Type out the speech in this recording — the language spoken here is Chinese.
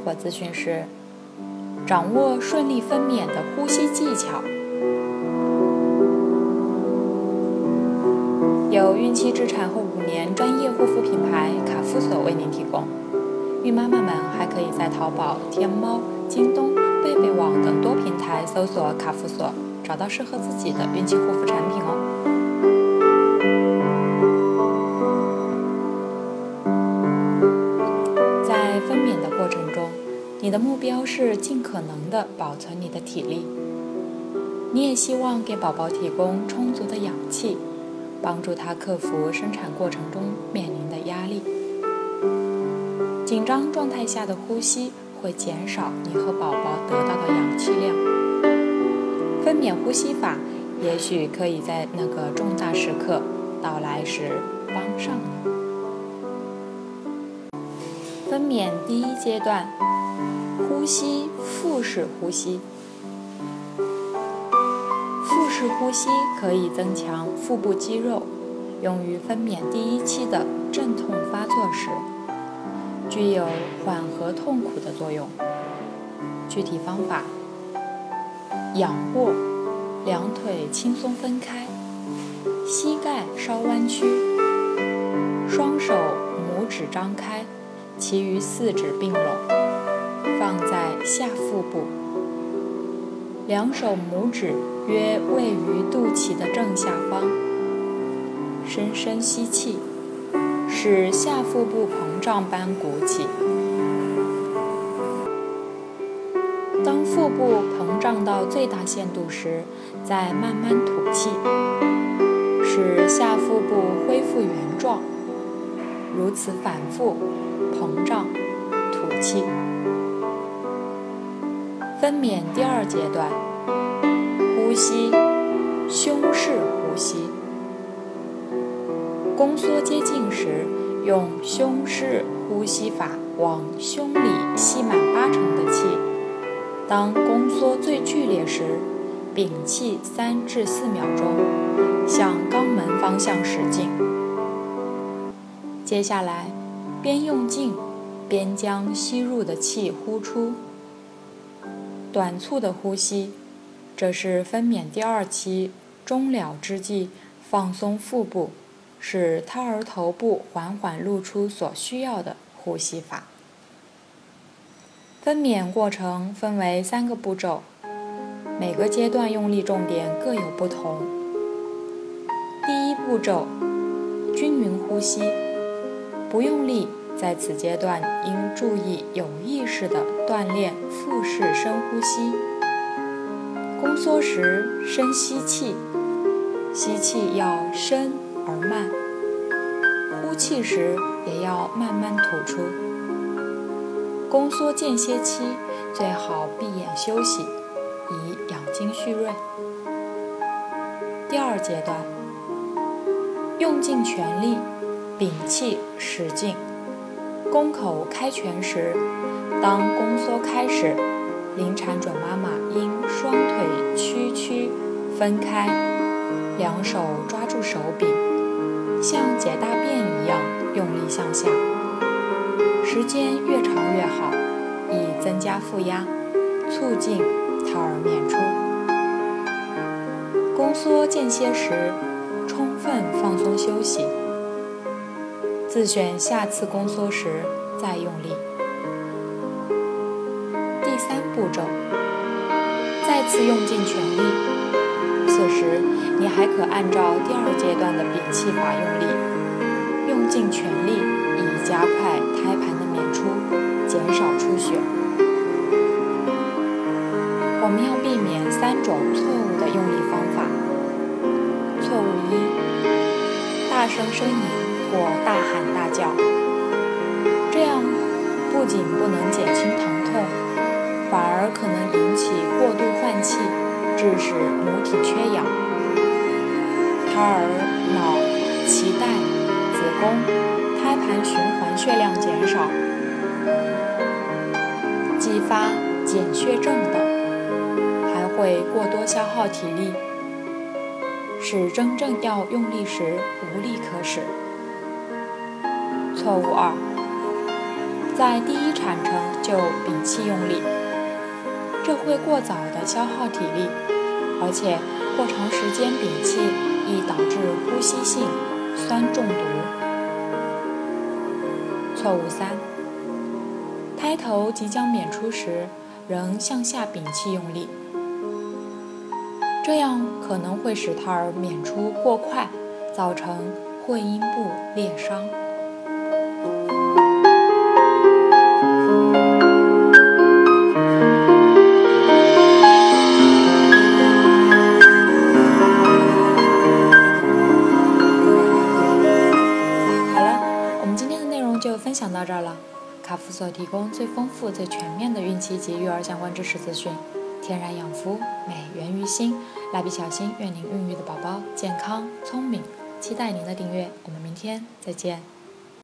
活咨询师，掌握顺利分娩的呼吸技巧。由孕期至产后5年专业护肤品牌卡夫索为您提供。孕妈妈们还可以在淘宝、天猫、京东、贝贝网等多平台搜索卡夫索，找到适合自己的孕期护肤产品哦。在分娩的过程中，你的目标是尽可能的保存你的体力，你也希望给宝宝提供充足的氧气，帮助他克服生产过程中面临的压力。紧张状态下的呼吸会减少你和宝宝得到的氧气量。分娩呼吸法也许可以在那个重大时刻到来时帮上你。分娩第1阶段，呼吸腹式呼吸。腹式呼吸可以增强腹部肌肉，用于分娩第1期的阵痛发作时，具有缓和痛苦的作用。具体方法：仰卧，两腿轻松分开，膝盖稍弯曲，双手拇指张开，其余4指并拢，放在下腹部，两手拇指约位于肚脐的正下方。深深吸气，使下腹部膨胀般鼓起。当腹部膨胀到最大限度时，再慢慢吐气，使下腹部恢复原状。如此反复，膨胀，吐气。分娩第2阶段，呼吸胸式呼吸。宫缩接近时，用胸式呼吸法往胸里吸满80%的气。当宫缩最剧烈时，屏气3至4秒钟，向肛门方向使劲。接下来，边用劲，边将吸入的气呼出。短促的呼吸，这是分娩第2期终了之际放松腹部，使胎儿头部缓缓露出所需要的呼吸法。分娩过程分为3个步骤，每个阶段用力重点各有不同。第1步骤，均匀呼吸，不用力，在此阶段应注意有意识地锻炼腹式深呼吸。宫缩时深吸气，吸气要深而慢，呼气时也要慢慢吐出。宫缩间歇期最好闭眼休息，以养精蓄锐。第2阶段，用尽全力，屏气使劲。宫口开全时，当宫缩开始，临产准妈妈应双腿屈分开，两手抓住手柄，像解大便一样用力向下。时间越长越好，以增加负压，促进胎儿娩出。宫缩间歇时，充分放松休息。自选下次宫缩时再用力。第3步骤，再次用尽全力。此时你还可按照第2阶段的屏气法用力，用尽全力，以加快胎盘的娩出，减少出血。我们要避免3种错误的用力方法。错误1，大声呻吟或大喊大叫，这样不仅不能减轻疼痛，反而可能引起过度换气，致使母体缺氧。胎儿脑、脐带、子宫、胎盘循环血量减少，继发减血症等，还会过多消耗体力，使真正要用力时无力可使。错误2， 在第一产程就屏气用力，这会过早地消耗体力，而且过长时间屏气易导致呼吸性酸中毒。错误3，胎头即将娩出时仍向下屏气用力，这样可能会使胎儿娩出过快，造成会阴部裂伤。就分享到这儿了。卡夫所提供最丰富、最全面的孕期及育儿相关知识资讯。天然养肤，美源于心。蜡笔小新愿您孕育的宝宝健康聪明。期待您的订阅，我们明天再见。